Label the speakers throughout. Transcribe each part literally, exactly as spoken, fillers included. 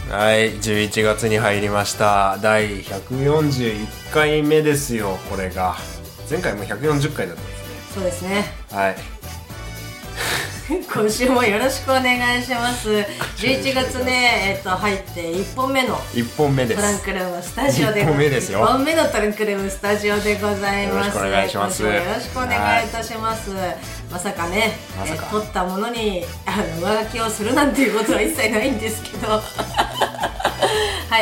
Speaker 1: はい、じゅういちがつに入りました。だいひゃくよんじゅういっかいめですよ。これが前回もひゃくよんじゅっかいだったんですね。
Speaker 2: そうですね。
Speaker 1: はい
Speaker 2: 今週もよろしくお願いします。じゅういちがつね、えっと入っていっぽんめの
Speaker 1: いっぽんめです。
Speaker 2: トランクルームスタジオで
Speaker 1: いっぽんめですよ。
Speaker 2: いっぽんめのトランクルームスタジオでございます。
Speaker 1: よろしくお願いします。
Speaker 2: よろしくお願いいたします。まさかね、
Speaker 1: まさか
Speaker 2: え取ったものにあの上書きをするなんていうことは一切ないんですけどはい、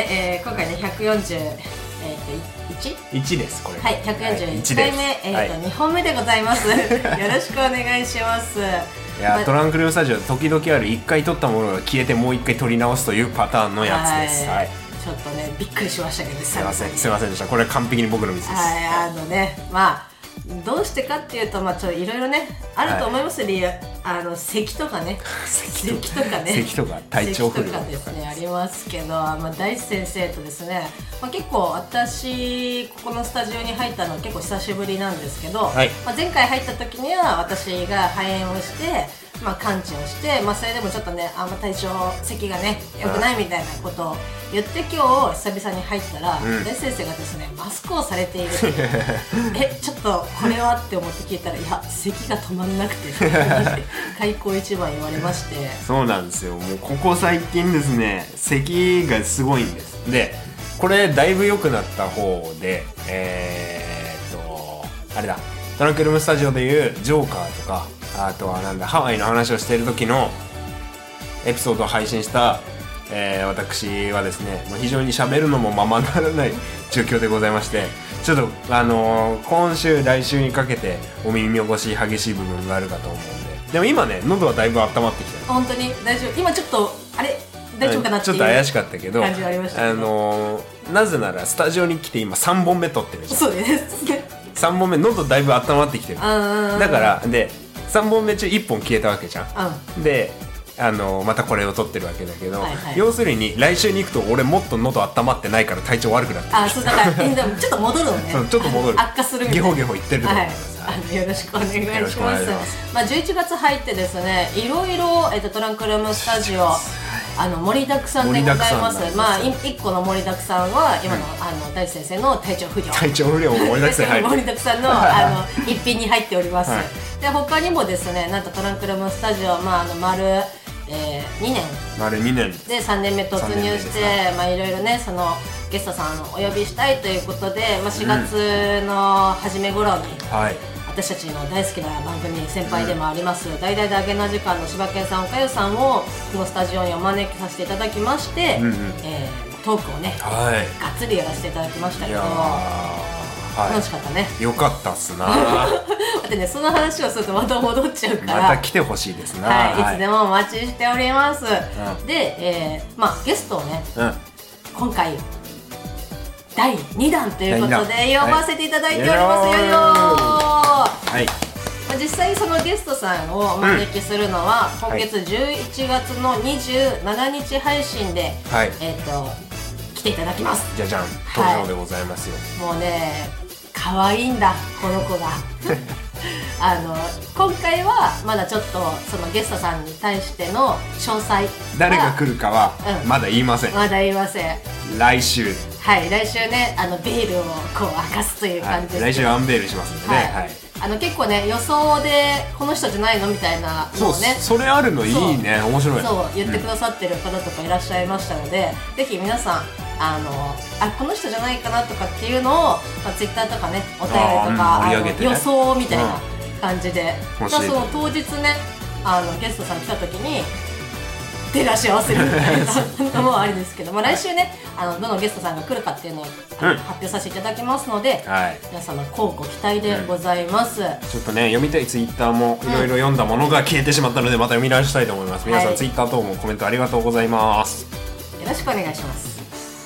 Speaker 2: えー、今回ねひゃくよんじゅう、えー、といち?
Speaker 1: いちですこれ。
Speaker 2: はい、ひゃくよんじゅういっかいめ、はい、えーとはい、にほんめでございますよろしくお願いします。
Speaker 1: いや、ま、トランクルームスタジオ時々あるいっかい撮ったものが消えてもういっかい撮り直すというパターンのやつです。はい、はい、
Speaker 2: ちょっとねびっくりしましたけど、
Speaker 1: すいませんすいませんでした。これは完璧に僕のミスです。
Speaker 2: はい、あのね、まあどうしてかっていうと、まあちょっといろいろねあると思います、はい、理由あの咳とかね咳とかね
Speaker 1: 咳とか体調不良
Speaker 2: とかですねありますけど、まあ、大地先生とですね、まあ、結構私ここのスタジオに入ったのは結構久しぶりなんですけど、はい、まあ、前回入った時には私が肺炎をしてまあ、完治をして、まあ、それでもちょっとねあんま体調咳がね良くないみたいなことを言って今日久々に入ったら、うん、大先生がですねマスクをされているえちょっとこれはって思って聞いたらいや咳が止まんなくて開口一番言われまして。
Speaker 1: そうなんですよ。もうここ最近ですね咳がすごいんです。でこれだいぶ良くなった方でえー、っとあれだトランクルームスタジオでいうジョーカーとかあとはなんだハワイの話をしている時のエピソードを配信した、えー、私はですねもう非常に喋るのもままならない状況でございましてちょっとあのー、今週来週にかけてお耳汚し激しい部分があるかと思うんででも今ね喉はだいぶ温まってきてる。
Speaker 2: 本当に大丈夫。今ちょっとあれ大丈夫かなっていう
Speaker 1: ちょっと怪しかったけど
Speaker 2: 感じはありましたけど、
Speaker 1: あのー、なぜならスタジオに来て今さんぼんめ撮ってるじゃん。
Speaker 2: そうですね
Speaker 1: さんぼんめ喉だいぶ温まってきてる。だからでさんぼんめ中いっぽん消えたわけじゃん、うん、であのまたこれを撮ってるわけだけど、はいはい、要するに来週に行くと俺もっと喉温まってないから体調悪くなってる。
Speaker 2: あそうだからでもちょっと戻るのね
Speaker 1: そうちょっと戻る
Speaker 2: 悪化するみたいな
Speaker 1: ゲホゲホ言ってると思います、
Speaker 2: はい、よろしくお願いします。まあ、じゅういちがつ入ってですねいろいろ、えー、とトランクルームスタジオあの盛りだくさんでございます。まあいっこの盛りだくさんは今の、うん、あの大地先生の体調不良
Speaker 1: 体調不良も盛りだくさん入
Speaker 2: 盛りだくさんのあの一品に入っております、はい、で他にもですねなんとトランクルームスタジオ、まあ、あの丸、えー、にねん
Speaker 1: 丸にねん
Speaker 2: でさんねんめ突入して、ね、まあいろいろねそのゲストさんをお呼びしたいということで、まあ、しがつの初め頃に、うんはい私たちの大好きな番組先輩でもあります、うん、大々であげな時間の柴犬さん岡代さんをこのスタジオにお招きさせていただきまして、うんうんえー、トークをね、はい、がっつりやらせていただきましたけど、はい、楽しかったね。
Speaker 1: よかったっすな
Speaker 2: だってねその話をするとまた戻っちゃうから
Speaker 1: また来てほしいですな、
Speaker 2: はいはい、いつでもお待ちしております、うん、で、えーまあ、ゲストをね、うん、今回だいにだんということで呼ばせていただいております。よいよはい、実際そのゲストさんをお招きするのは、うん、今月じゅういちがつのにじゅうしちにち配信で、はい、えー、と来ていただきます。
Speaker 1: じゃじゃん登場でございますよ、
Speaker 2: はい、もうね可愛いんだこの子があの今回はまだちょっとそのゲストさんに対しての詳細
Speaker 1: 誰が来るかはまだ言いません、
Speaker 2: うん、まだ言いません。
Speaker 1: 来週
Speaker 2: はい来週ねあのベールをこう明かすという感じです、
Speaker 1: はい、来週アンベールしますんでね、はいはい、
Speaker 2: あの結構ね予想でこの人じゃないのみたいなのをね
Speaker 1: そうそれあるのいいね面白い
Speaker 2: そう言ってくださってる方とかいらっしゃいましたので、うん、ぜひ皆さんあのあこの人じゃないかなとかっていうのを、まあ、ツイッターとかねお便りとか、
Speaker 1: うんね、
Speaker 2: 予想みたいな感じで、
Speaker 1: うん、
Speaker 2: その当日ねあのゲストさん来た時に照らし合わせるみたいなのもありですけど、まあ、来週ねあのどのゲストさんが来るかっていうのを、うん、発表させていただきますので、はい、皆様乞うご期待でございます、うん、
Speaker 1: ちょっとね読みたいツイッターもいろいろ読んだものが消えてしまったのでまた読み直したいと思います、うん、皆さん、はい、ツイッター等もコメントありがとうございます。
Speaker 2: よろしくお願いします。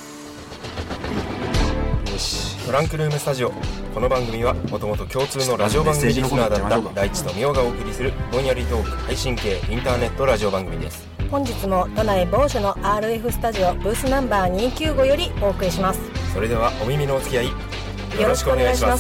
Speaker 3: よしトランクルームスタジオこの番組はもともと共通のラジオ番組リスナーだった大地とみおがお送りするぼんやりトーク配信系インターネットラジオ番組です。
Speaker 2: 本日も都内某所の アールエフ スタジオブースナンバーにひゃくきゅうじゅうごよりお送りします。
Speaker 3: それではお耳のお付き合いよろしくお願いします。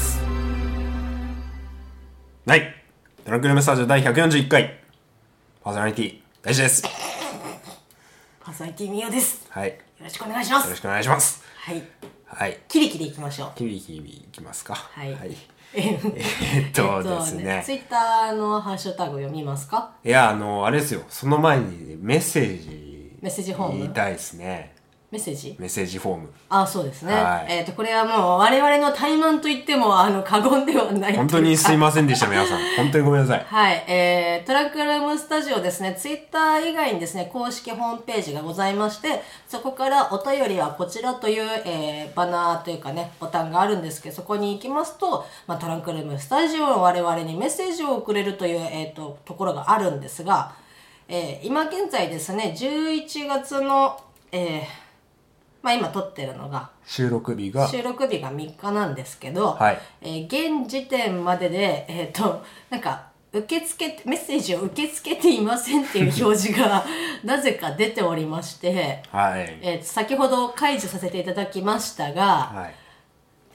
Speaker 1: はい、トランクルームスタジオだいひゃくよんじゅういっかいパーソナリティ大地です。
Speaker 2: パー笠井みよです。
Speaker 1: はい。よ
Speaker 2: ろしくお願いします。
Speaker 1: よろしくお願いします。
Speaker 2: はい。
Speaker 1: はい。
Speaker 2: キリキリいきましょう。
Speaker 1: キリキリいきますか。
Speaker 2: はい。
Speaker 1: はい、えー、っとですね。
Speaker 2: ツイッターのハッシュタグ読みますか？
Speaker 1: いや、あの、あれですよ。その前にメッセージ。
Speaker 2: メッセージフォーム。
Speaker 1: 言いたいですね。
Speaker 2: メッセージ
Speaker 1: メッセージフォーム。
Speaker 2: あ、そうですね。
Speaker 1: はい、
Speaker 2: えっ、ー、と、これはもう我々の怠慢と言っても、あの、過言ではない
Speaker 1: 本当にすいませんでした、皆さん。本当にごめんなさい。
Speaker 2: はい。えー、トランクルームスタジオですね、ツイッター以外にですね、公式ホームページがございまして、そこからお便りはこちらという、えー、バナーというかね、ボタンがあるんですけど、そこに行きますと、まあ、トランクルームスタジオの我々にメッセージを送れるという、えっ、ー、と、ところがあるんですが、えー、今現在ですね、じゅういちがつの、えー、まあ今撮ってるのが
Speaker 1: 収録日が
Speaker 2: 収録日がみっかなんですけど、
Speaker 1: はい、
Speaker 2: えー、現時点まででえっ、ー、となんか受け付けメッセージを受け付けていませんっていう表示がなぜか出ておりまして、
Speaker 1: はい、
Speaker 2: えー、先ほど解除させていただきましたが、はい、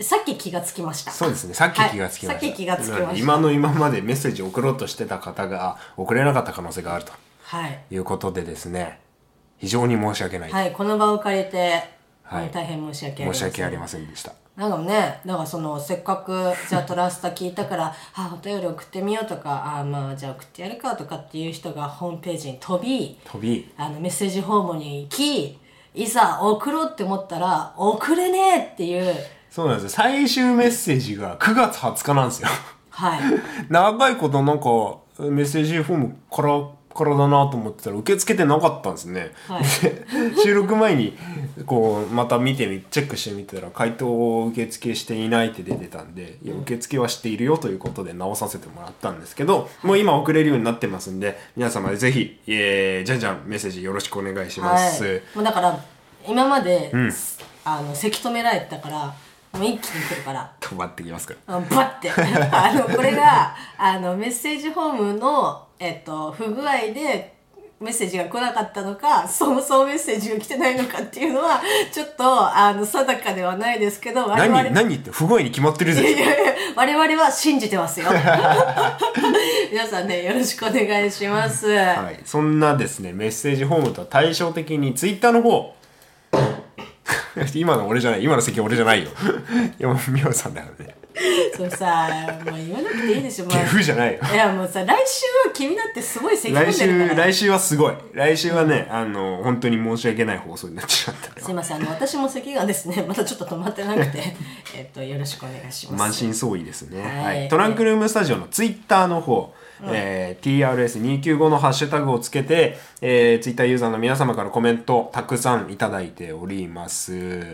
Speaker 2: さっき気がつきました。
Speaker 1: そうですね、さっき気がつきました。
Speaker 2: はい、さっき気がつきました。
Speaker 1: 今の今までメッセージを送ろうとしてた方が送れなかった可能性があると、
Speaker 2: はい、
Speaker 1: いうことでですね、非常に申し訳ない。
Speaker 2: はい、この場を借りて。はい、大変申し訳ありません。
Speaker 1: 申し訳ありませんでした。
Speaker 2: なんかね、だからそのせっかくじゃあトラスタ聞いたからあお便り送ってみようとかあまあじゃあ送ってやるかとかっていう人がホームページに飛び
Speaker 1: 飛び
Speaker 2: あのメッセージフォームに行きいざ送ろうって思ったら送れねえっていう。
Speaker 1: そうなんですよ。最終メッセージがくがつはつかなんですよ。
Speaker 2: はい。
Speaker 1: 長いことなんかメッセージフォームからからだなと思ってたら受け付けてなかったんですね、
Speaker 2: はい、
Speaker 1: 収録前にこうまた見てチェックしてみたら回答を受付していないって出てたんで、いや受付はしているよということで直させてもらったんですけど、もう今送れるようになってますんで皆様ぜひ、えー、じゃんじゃんメッセージよろしくお願いします、はい、
Speaker 2: もうだから今まで、うん、あのせき止められてたからもう一気に来るから
Speaker 1: 止まってきますか
Speaker 2: らバッてあのこれがあのメッセージフォームの、えっと、不具合でメッセージが来なかったのかそもそもメッセージが来てないのかっていうのはちょっとあの定かではないですけど我々
Speaker 1: 何何言って不具合に決まってるじゃん。
Speaker 2: いやいやいや我々は信じてますよ皆さんねよろしくお願いします、
Speaker 1: はい、そんなですねメッセージフォームとは対照的にツイッターの方今の俺じゃない今の席俺じゃないよ今みおさんだからね
Speaker 2: そうさもう言わなくていいでしょ。
Speaker 1: ゲフじゃないよ。
Speaker 2: いやもうさ来週は君だってすごい席込んでるから。
Speaker 1: 来週来週はすごい来週はねあの本当に申し訳ない放送になってしまった。
Speaker 2: すいませんあの私も席がですねまたちょっと止まってなくてえっとよろしくお願いします。
Speaker 1: 満身創痍ですね、
Speaker 2: はい
Speaker 1: はい、トランクルームスタジオのツイッターの方、うんえー、ティーアールエスにひゃくきゅうじゅうご のハッシュタグをつけて、えー、ツイッターユーザーの皆様からコメントたくさんいただいております。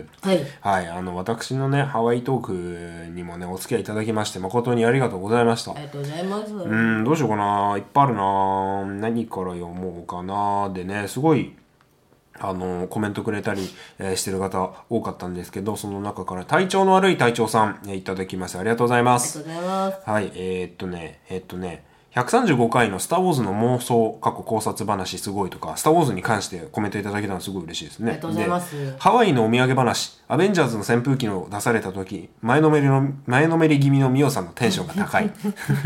Speaker 2: はい、
Speaker 1: はい、あの私のねハワイトークにもねお付き合いいただきまして誠にありがとうございました。
Speaker 2: ありがとうございます。
Speaker 1: うんどうしようかないっぱいあるな何から読もうかなでねすごいあのコメントくれたり、えー、してる方多かったんですけどその中から体調の悪い隊長さん、えー、いただきましてありがとうございます。
Speaker 2: ありがとうございます。
Speaker 1: はいえー、っとねえー、っとねひゃくさんじゅうごかいのスターウォーズの妄想過去考察話すごいとかスターウォーズに関してコメントいただけたのすごい嬉しいですね。
Speaker 2: ありがとうございます。
Speaker 1: でハワイのお土産話アベンジャーズの扇風機の出された時前のめりの前のめり気味のミオさんのテンションが高い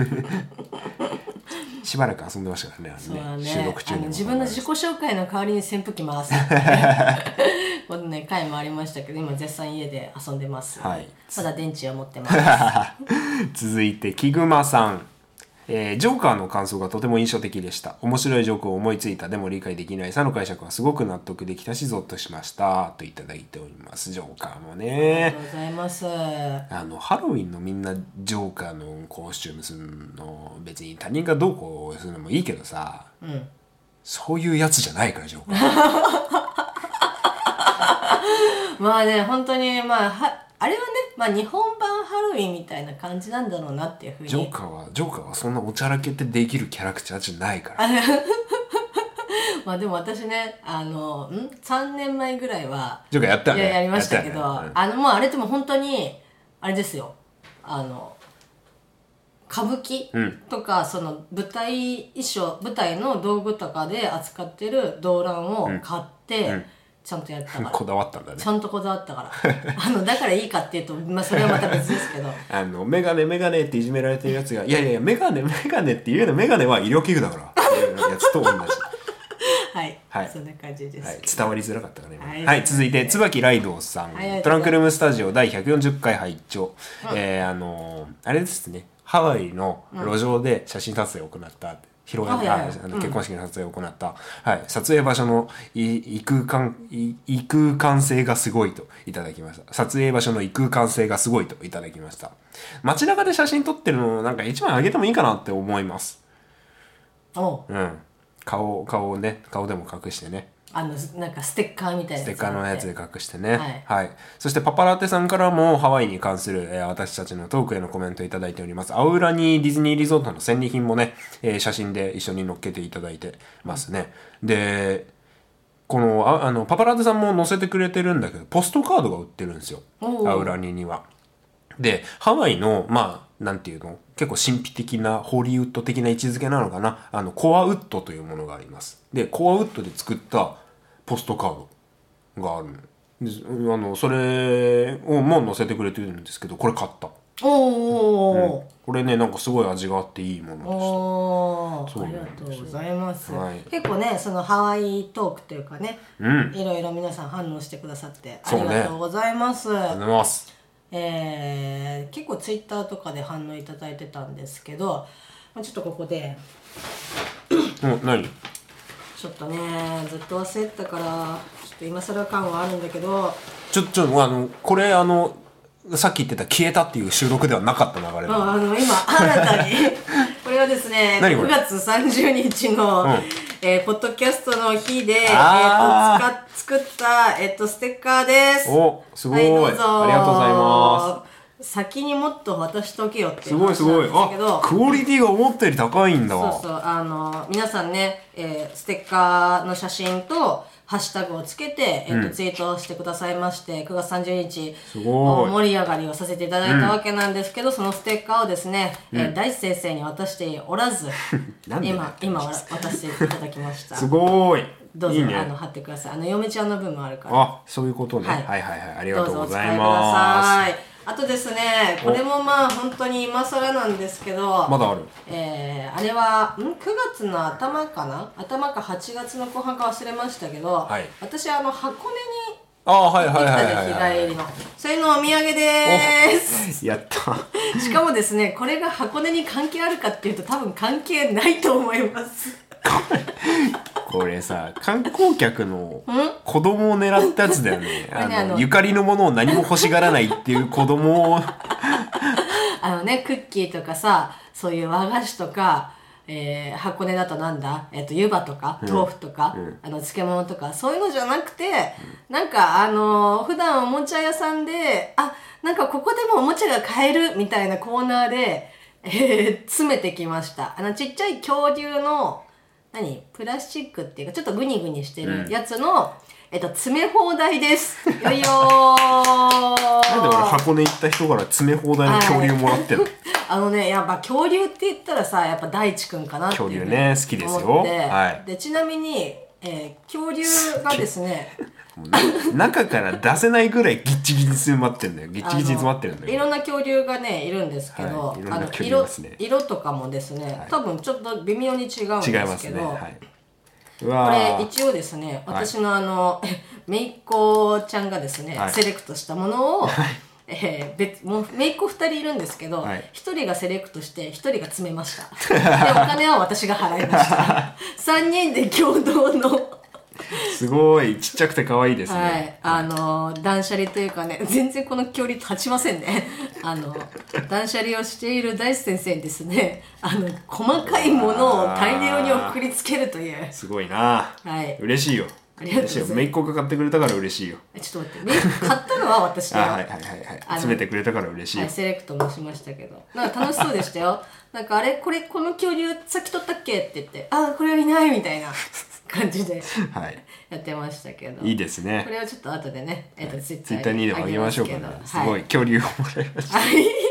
Speaker 1: しばらく遊んでましたからね、あのね、
Speaker 2: ね
Speaker 1: 収録中に
Speaker 2: あの自分の自己紹介の代わりに扇風機回すこのね回もありましたけど今絶賛家で遊んでます、
Speaker 1: はい、
Speaker 2: まだ電池は持ってます
Speaker 1: 続いてキグマさんえー、ジョーカーの感想がとても印象的でした。面白いジョークを思いついたでも理解できないさの解釈はすごく納得できたしゾッとしましたといただいております。ジョーカーもね
Speaker 2: ありがとうございます。
Speaker 1: あのハロウィンのみんなジョーカーのコスチュームするの別に他人がどうこうするのもいいけどさ、
Speaker 2: うん、
Speaker 1: そういうやつじゃないからジョーカー
Speaker 2: まあね本当にまあはあれはね、まあ日本版ハロウィンみたいな感じなんだろうなっていうふうに。
Speaker 1: ジョーカーは、ジョーカーはそんなおちゃらけてできるキャラクターじゃないから。
Speaker 2: まあでも私ね、あの、ん ?さんねんまえぐらいは、
Speaker 1: ジョーカーやったね。
Speaker 2: いや、やりましたけど、
Speaker 1: ねうん、
Speaker 2: あの、もうあれっても本当に、あれですよ、あの、歌舞伎とか、うん、その舞台衣装、舞台の道具とかで扱ってる動乱を買って、うんうんちゃんとやったから
Speaker 1: こだわったんだね。
Speaker 2: ちゃんとこだわったからあのだからいいかっていうと、まあ、それはまた別ですけど
Speaker 1: あのメガネメガネっていじめられてるやつがいやいやメガネメガネっていうのメガネは医療器具だからっていうやつと同じ
Speaker 2: はい、
Speaker 1: はい、
Speaker 2: そんな感じです、
Speaker 1: はい、伝わりづらかったかね、
Speaker 2: はい、
Speaker 1: はい、続いて椿ライドウさん、はい、トランクルームスタジオだいひゃくよんじゅっかい拝聴、うん、えー、あのー、あれですね、ハワイの路上で写真撮影を行った、うん、広がった、結婚式の撮影を行った、うん、はい、撮影場所の異空間、異空間性がすごいといただきました。撮影場所の異空間性がすごいといただきました。街中で写真撮ってるのをなんか一枚あげてもいいかなって思います。
Speaker 2: おう、
Speaker 1: うん、顔顔をね、顔でも隠してね、
Speaker 2: あのなんかステッカーみたいなやつ、
Speaker 1: ステッカーのやつで隠してね、
Speaker 2: はい、
Speaker 1: はい、そしてパパラテさんからもハワイに関する、えー、私たちのトークへのコメントいただいております。青裏にディズニーリゾートの戦利品もね、えー、写真で一緒に載っけていただいてますね、うん、でこのああのパパラテさんも載せてくれてるんだけど、ポストカードが売ってるんですよ、青裏にには。でハワイのまあなんていうの、結構神秘的なホリウッド的な位置づけなのかな、あのコアウッドというものがあります。でコアウッドで作ったポストカードがあるので、あのそれをも載せてくれてるんですけど、これ買った。
Speaker 2: おー、うん、
Speaker 1: これね、なんかすごい味があっていいものでした。
Speaker 2: おー、ありがとうございます、
Speaker 1: はい、
Speaker 2: 結構ねそのハワイトークというかね、うん、いろいろ皆さん反応してくださってありがとうございます。
Speaker 1: ありがとうございます。
Speaker 2: えー、結構ツイッターとかで反応いただいてたんですけど、ちょっとここで
Speaker 1: うん何
Speaker 2: ちょっとねずっと忘れてたからちょっと今更感はあるんだけど、
Speaker 1: ちょちょあのこれあのさっき言ってた消えたっていう収録ではなかった流れだ、
Speaker 2: ああの今新たにこれはですねくがつさんじゅうにちの、うんえー、ポッドキャストの日で、えー、と使作った、えー、とステッカーです。
Speaker 1: おすごい、はい、どうぞありがとうございます。
Speaker 2: 先にもっと渡しとけよって
Speaker 1: いう話なんですけど、すごいすごい、あクオリティが思ったより高いんだわ。
Speaker 2: そうそう、あの皆さんね、えー、ステッカーの写真とハッシュタグをつけて、えーとうん、ツイートしてくださいまして、くがつさんじゅうにち
Speaker 1: すごい
Speaker 2: 盛り上がりをさせていただいたわけなんですけど、うん、そのステッカーをですね、うんえー、大地先生に渡しておらず今今渡していただきました
Speaker 1: すごい、
Speaker 2: どうぞ
Speaker 1: いいね、
Speaker 2: あの貼ってください。あの嫁ちゃんの分もあるから。
Speaker 1: あ、そういうことね、はい、はいはいはいありがとうございます。どうぞお使いください。
Speaker 2: あとですね、これもまあ本当に今更なんですけど、
Speaker 1: まだある。
Speaker 2: えー、あれはんくがつの頭かな、頭かはちがつの後半か忘れましたけど、はい、私あの箱根に行ってきたで日帰りの、それのお土産です。
Speaker 1: やった。
Speaker 2: しかもですね、これが箱根に関係あるかっていうと多分関係ないと思います。
Speaker 1: これさ、観光客の子供を狙ったやつだよね。あの、あのゆかりのものを何も欲しがらないっていう子供を
Speaker 2: あのね、クッキーとかさ、そういう和菓子とか、えー、箱根だとなんだ、えっと湯葉とか豆腐とか、うん、あの漬物とかそういうのじゃなくて、うん、なんかあのー、普段おもちゃ屋さんで、あ、なんかここでもおもちゃが買えるみたいなコーナーで、えー、詰めてきました。あのちっちゃい恐竜の何プラスチックっていうかちょっとグニグニしてるやつの、うん、えっと詰め放題です。よいよー。
Speaker 1: なんで俺箱根行った人から詰め放題の恐竜もらってんの？
Speaker 2: あのね、やっぱ恐竜って言ったらさ、やっぱ大地くんかなっていう
Speaker 1: 恐竜ね、好きですよ。はい。
Speaker 2: でちなみに、えー、恐竜がですね
Speaker 1: 中から出せないぐらいギッチギチ詰まってるんだよ。ギッチギチ詰まってるんだよ。
Speaker 2: いろんな恐竜がねいるんですけど、はい、いろんな恐竜ですね。色、色とかもですね、はい、多分ちょっと微妙に違うんですけど、違いますね。はい、うわこれ一応ですね、私のあの、はい、めいっ子ちゃんがですね、はい、セレクトしたものを、はいえー、別もうめいっ子ふたりいるんですけど、はい、ひとりがセレクトしてひとりが詰めました。でお金は私が払いました。さんにんで共同の
Speaker 1: すごいちっちゃくて可愛いですね。
Speaker 2: はい、あの断捨離というかね、全然この距離立ちませんね。あの断捨離をしている大地先生にですね、あの細かいものを大量に送りつけるという。
Speaker 1: すごいな。はい。嬉しいよ。
Speaker 2: ありがとうございます。
Speaker 1: めいっ子が買ってくれたから嬉しいよ。
Speaker 2: ちょっと待って、買ったのは私だよ。
Speaker 1: はいはいはいはい。詰めてくれたから嬉しいよ。
Speaker 2: はい、セレクトもしましたけど、なんか楽しそうでしたよ。なんかあれこれこの恐竜さっき取ったっけって言って、あこれはいないみたいな感じでやってましたけど、
Speaker 1: いいですね。
Speaker 2: これはちょっと後でね、えっとツイッターに
Speaker 1: ツイッターにでもあげましょうかね。すごい恐竜をもらいました。こ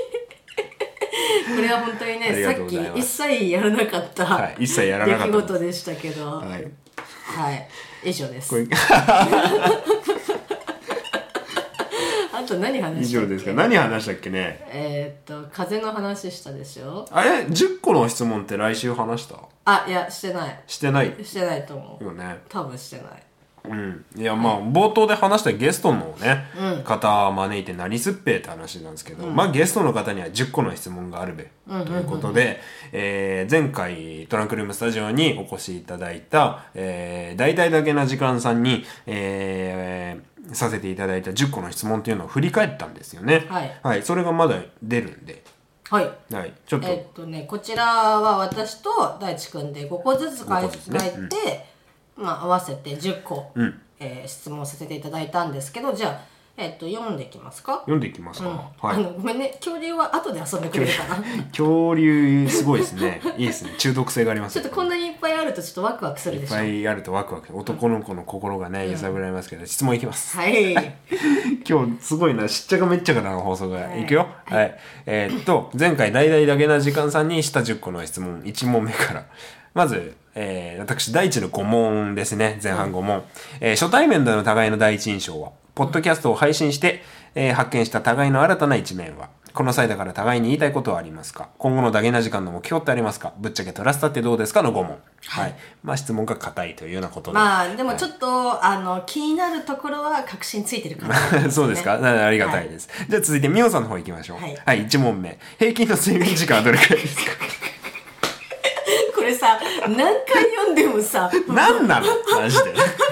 Speaker 2: れは本当にね、さっき一切やらなかった、
Speaker 1: 一切やらなかった
Speaker 2: 出来事でしたけど、はい、はい、以上です。あと何話したっけ？
Speaker 1: 以上ですか。何話したっけね。
Speaker 2: えー、っと風の話したでしょ。
Speaker 1: あれじゅっこの質問って来週話した？
Speaker 2: あ、いやしてない
Speaker 1: してない
Speaker 2: してないと思う
Speaker 1: よね。
Speaker 2: 多分してない。
Speaker 1: うん、いやまあ冒頭で話したゲストのね、
Speaker 2: うん、
Speaker 1: 方招いて何すっぺーって話なんですけど、うん、まあゲストの方にはじゅっこの質問があるべ、うん、ということで、えー、前回トランクルームスタジオにお越しいただいた、えー、大体だけな時間さんに、えー、させていただいたじゅっこの質問っていうのを振り返ったんですよね。
Speaker 2: はい、はい、
Speaker 1: それがまだ出るんで、
Speaker 2: はい、
Speaker 1: はい、ちょっと
Speaker 2: えー、っとねこちらは私と大地くんでごこずつ書いて、ね、うん、まあ合わせてじゅっこ、うん、えー、質問させていただいたんですけど、じゃあ、えー、っと読んでいきますか。
Speaker 1: 読んでいきますか、うん、
Speaker 2: はい、あのごめんね、恐竜は後で遊んでくれるかな。
Speaker 1: 恐竜すごいですね。いいですね、中毒性があります、
Speaker 2: ね、ちょっとこんなにいっぱいあるとちょっとワクワクするでしょ。
Speaker 1: いっぱいあるとワクワク、男の子の心がね、うん、揺さぶられますけど、質問いきます。
Speaker 2: はい。
Speaker 1: 今日すごいな、しっちゃかめっちゃかな放送が、はい、いくよ。はい、はい、えー、っと前回大々だけな時間さんにしたじゅっこの質問いち問目からまず、えー、私第一のご問ですね。前半ご問、えー、初対面での互いの第一印象はポッドキャストを配信して、えー、発見した互いの新たな一面は、この際だから互いに言いたいことはありますか、今後のダゲな時間の目標ってありますか、ぶっちゃけトラスタってどうですかのご問、はい、はい、まあ質問が硬いというようなことで、
Speaker 2: まあでもちょっと、はい、あの気になるところは確信ついてるかな、ね、
Speaker 1: そうですか、ありがたいです、はい、じゃあ続いてみおさんの方行きましょう。はい、はい、いち問目、平均の睡眠時間はどれくらいですか。
Speaker 2: これさ、何回読んでもさ、
Speaker 1: 何なのマジで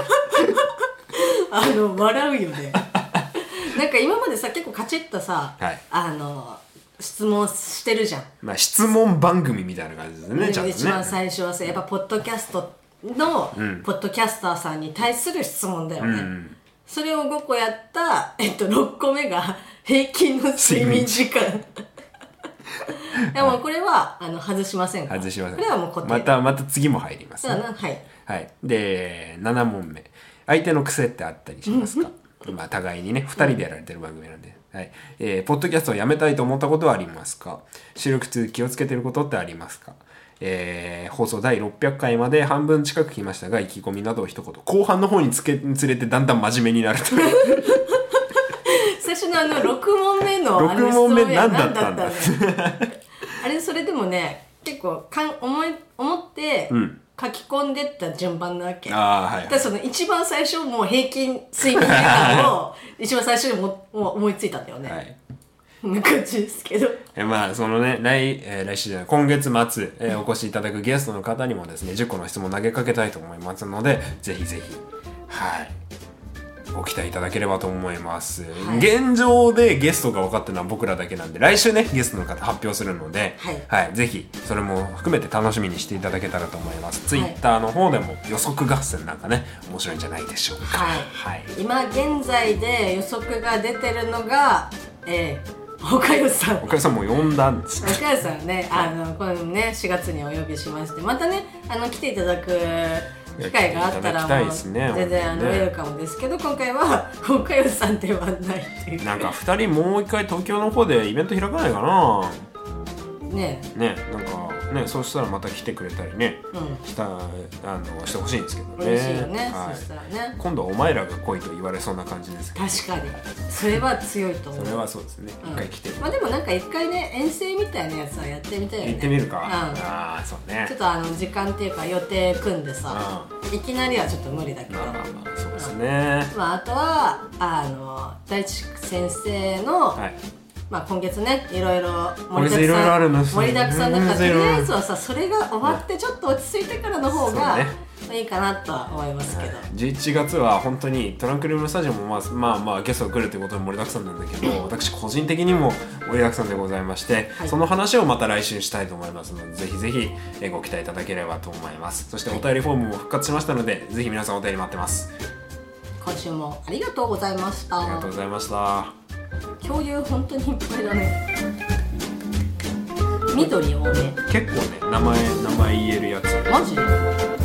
Speaker 2: あの笑うよね。なんか今までさ結構カチッとさ、はい、あの質問してるじゃん。
Speaker 1: まあ質問番組みたいな感じですね。
Speaker 2: でも一番最初はさ、やっぱポッドキャストの、うん、ポッドキャスターさんに対する質問だよね。うん、それをごこやった、えっとろっこめが平均の睡眠時間。でもこれはあの外しませんか。
Speaker 1: 外しません。
Speaker 2: これはもう固定。
Speaker 1: またまた次も入ります、
Speaker 2: ね。はい。
Speaker 1: はい。でなな問目、相手の癖ってあったりしますか。まあ互いにねふたりでやられてる番組なんで、はい、えー、ポッドキャストをやめたいと思ったことはありますか。収録中気をつけてることってありますか。えー、放送だいろっぴゃっかいまで半分近く来ましたが、意気込みなどを一言。後半の方につけつれてだんだん真面目になるという。
Speaker 2: 最初のあのろく問目の
Speaker 1: ろく問目何だったんだ。
Speaker 2: あれそれでもね結構かん思い思って、うん、書き込んでった順番なわけ。
Speaker 1: あ、はいはい、
Speaker 2: だからその一番最初もう平均睡眠時間を一番最初にもも思いついたんだよね。はい。な感じですけど。
Speaker 1: えまあそのね来、えー、来週じゃない今月末、えー、お越しいただくゲストの方にもですねじゅっこの質問投げかけたいと思いますので、ぜひぜひはいご期待いただければと思います、はい、現状でゲストが分かってるのは僕らだけなんで、来週ねゲストの方発表するので、はいはい、ぜひそれも含めて楽しみにしていただけたらと思います、はい、ツイッターの方でも予測合戦なんかね面白いんじゃないでしょうか、はい
Speaker 2: はい、今現在で予測が出てるのが、えー、岡代さん
Speaker 1: 岡代さんも呼んだんです
Speaker 2: 岡代さんね、あのこのねしがつにお呼びしまして、またねあの来ていただく機会があったらもう全然あのウェルカムですけど、今回は岡代さんではないっていう。
Speaker 1: なんかふたりもう一回東京の方でイベント開かないかな
Speaker 2: ね
Speaker 1: えねなんかね、そうしたらまた来てくれたりね、うん、したあのしてほしいんですけどね。
Speaker 2: 嬉しいよね、
Speaker 1: はい、
Speaker 2: そしたらね
Speaker 1: 今度お前らが来いと言われそうな感じですけど、
Speaker 2: 確かにそれは強いと思う。
Speaker 1: それはそうですね、一、うん、回来て
Speaker 2: まあでもなんか一回ね遠征みたいなやつはやってみたいよね。
Speaker 1: 行ってみるか、うん、
Speaker 2: あ
Speaker 1: あそうね、
Speaker 2: ちょっとあの時間っていうか予定組んでさ、うん、いきなりはちょっと無理だけど、まあまあまあそうですね、うん、まああとはあの大地先生の、はい、まあ、今月ねいろいろ盛りだくさん盛りだくさんだから、とりあえずはさそれが終わってちょっと落ち着いてからの方がいいかなとは思いますけど、
Speaker 1: じゅういちがつは本当にトランクルームスタジオもまあまあまあゲストが来るということで盛りだくさんなんだけど、私個人的にも盛りだくさんでございまして、はい、その話をまた来週したいと思いますので、ぜひぜひご期待いただければと思います。そしてお便りフォームも復活しましたので、ぜひ皆さんお便り待ってます。
Speaker 2: 今週もありがとうございました。
Speaker 1: ありがとうございました。
Speaker 2: 恐竜本当にいっぱいだね。緑多め。
Speaker 1: 結構ね名前名前言えるやつ。
Speaker 2: マジ？
Speaker 1: ブラキオ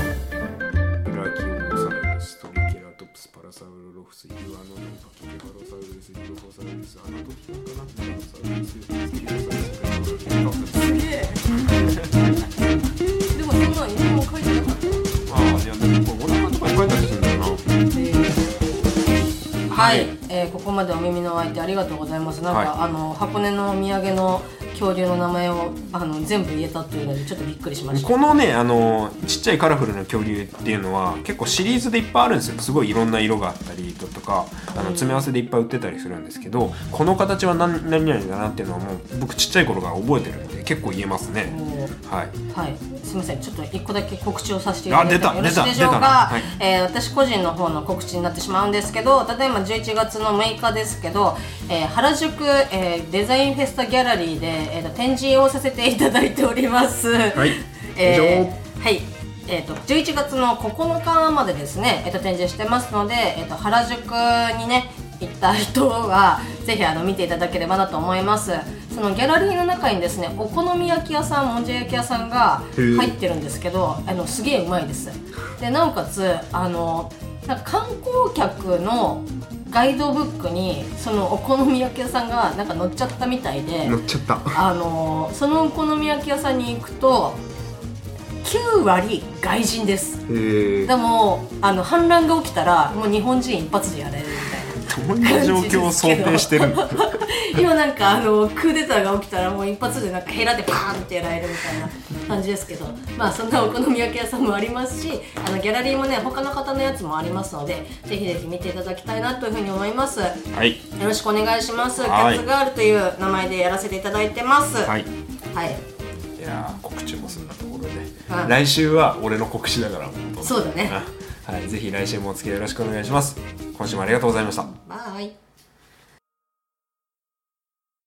Speaker 1: サウルス、トリケラトプス、パラサウルロフス、イグアノドン、パキケバロサウルス、リロフォサウルス、アナトキオかな、メラノサウルス、スキリオサウルス、
Speaker 2: すげえ。でもそんなに何も書いてなかった。
Speaker 1: ああ、いやでもこれお名前とか書いてあるんだよな。えー
Speaker 2: はい、えー、ここまでお耳の相手ありがとうございます。なんか、はい、あの箱根のお土産の恐竜の名前をあの全部言えたっていうのでちょっとびっくりしました。
Speaker 1: このねあのちっちゃいカラフルな恐竜っていうのは結構シリーズでいっぱいあるんですよ。すごいいろんな色があったりとかあの詰め合わせでいっぱい売ってたりするんですけど、この形は何何々だなっていうのはもう僕ちっちゃい頃から覚えてるんで結構言えますね。はい、
Speaker 2: はい、すみません、ちょっと一個だけ告知をさせていただいて
Speaker 1: よろしいでしょうか。
Speaker 2: はい、えー、私個人の方の告知になってしまうんですけど、例えばじゅういちがつのむいかですけど、えー、原宿、えー、デザインフェスタギャラリーで、えー、と展示をさせていただいております。はい、えー、はい。えー、とじゅういちがつのここのかまでですね、えー、と展示してますので、えー、と原宿にね行った人はぜひあの見ていただければなと思います。そのギャラリーの中にですねお好み焼き屋さん、もんじゃ焼き屋さんが入ってるんですけど、あのすげえうまいです。でなおかつあのなんか観光客のガイドブックにそのお好み焼き屋さんがなんか載っちゃったみたいで、
Speaker 1: 載っちゃった
Speaker 2: あのそのお好み焼き屋さんに行くときゅうわり外人です。でもあの反乱が起きたらもう日本人一発でやれるみたいな。
Speaker 1: どんな状況を想定してるの
Speaker 2: 今なんかあのクーデターが起きたらもう一発でなんかヘラでパーンってやられるみたいな感じですけど、まあそんなお好み焼き屋さんもありますし、あのギャラリーもね他の方のやつもありますのでぜひぜひ見ていただきたいなというふうに思います。はい、よろしくお願いします。キャッツガールという名前でやらせていただいてます。はい、はい、
Speaker 1: いや告知も済んだところで、うん、来週は俺の告知だから
Speaker 2: そうだね。
Speaker 1: はい、ぜひ来週もお付き合いよろしくお願いします。今週もありがとうございました。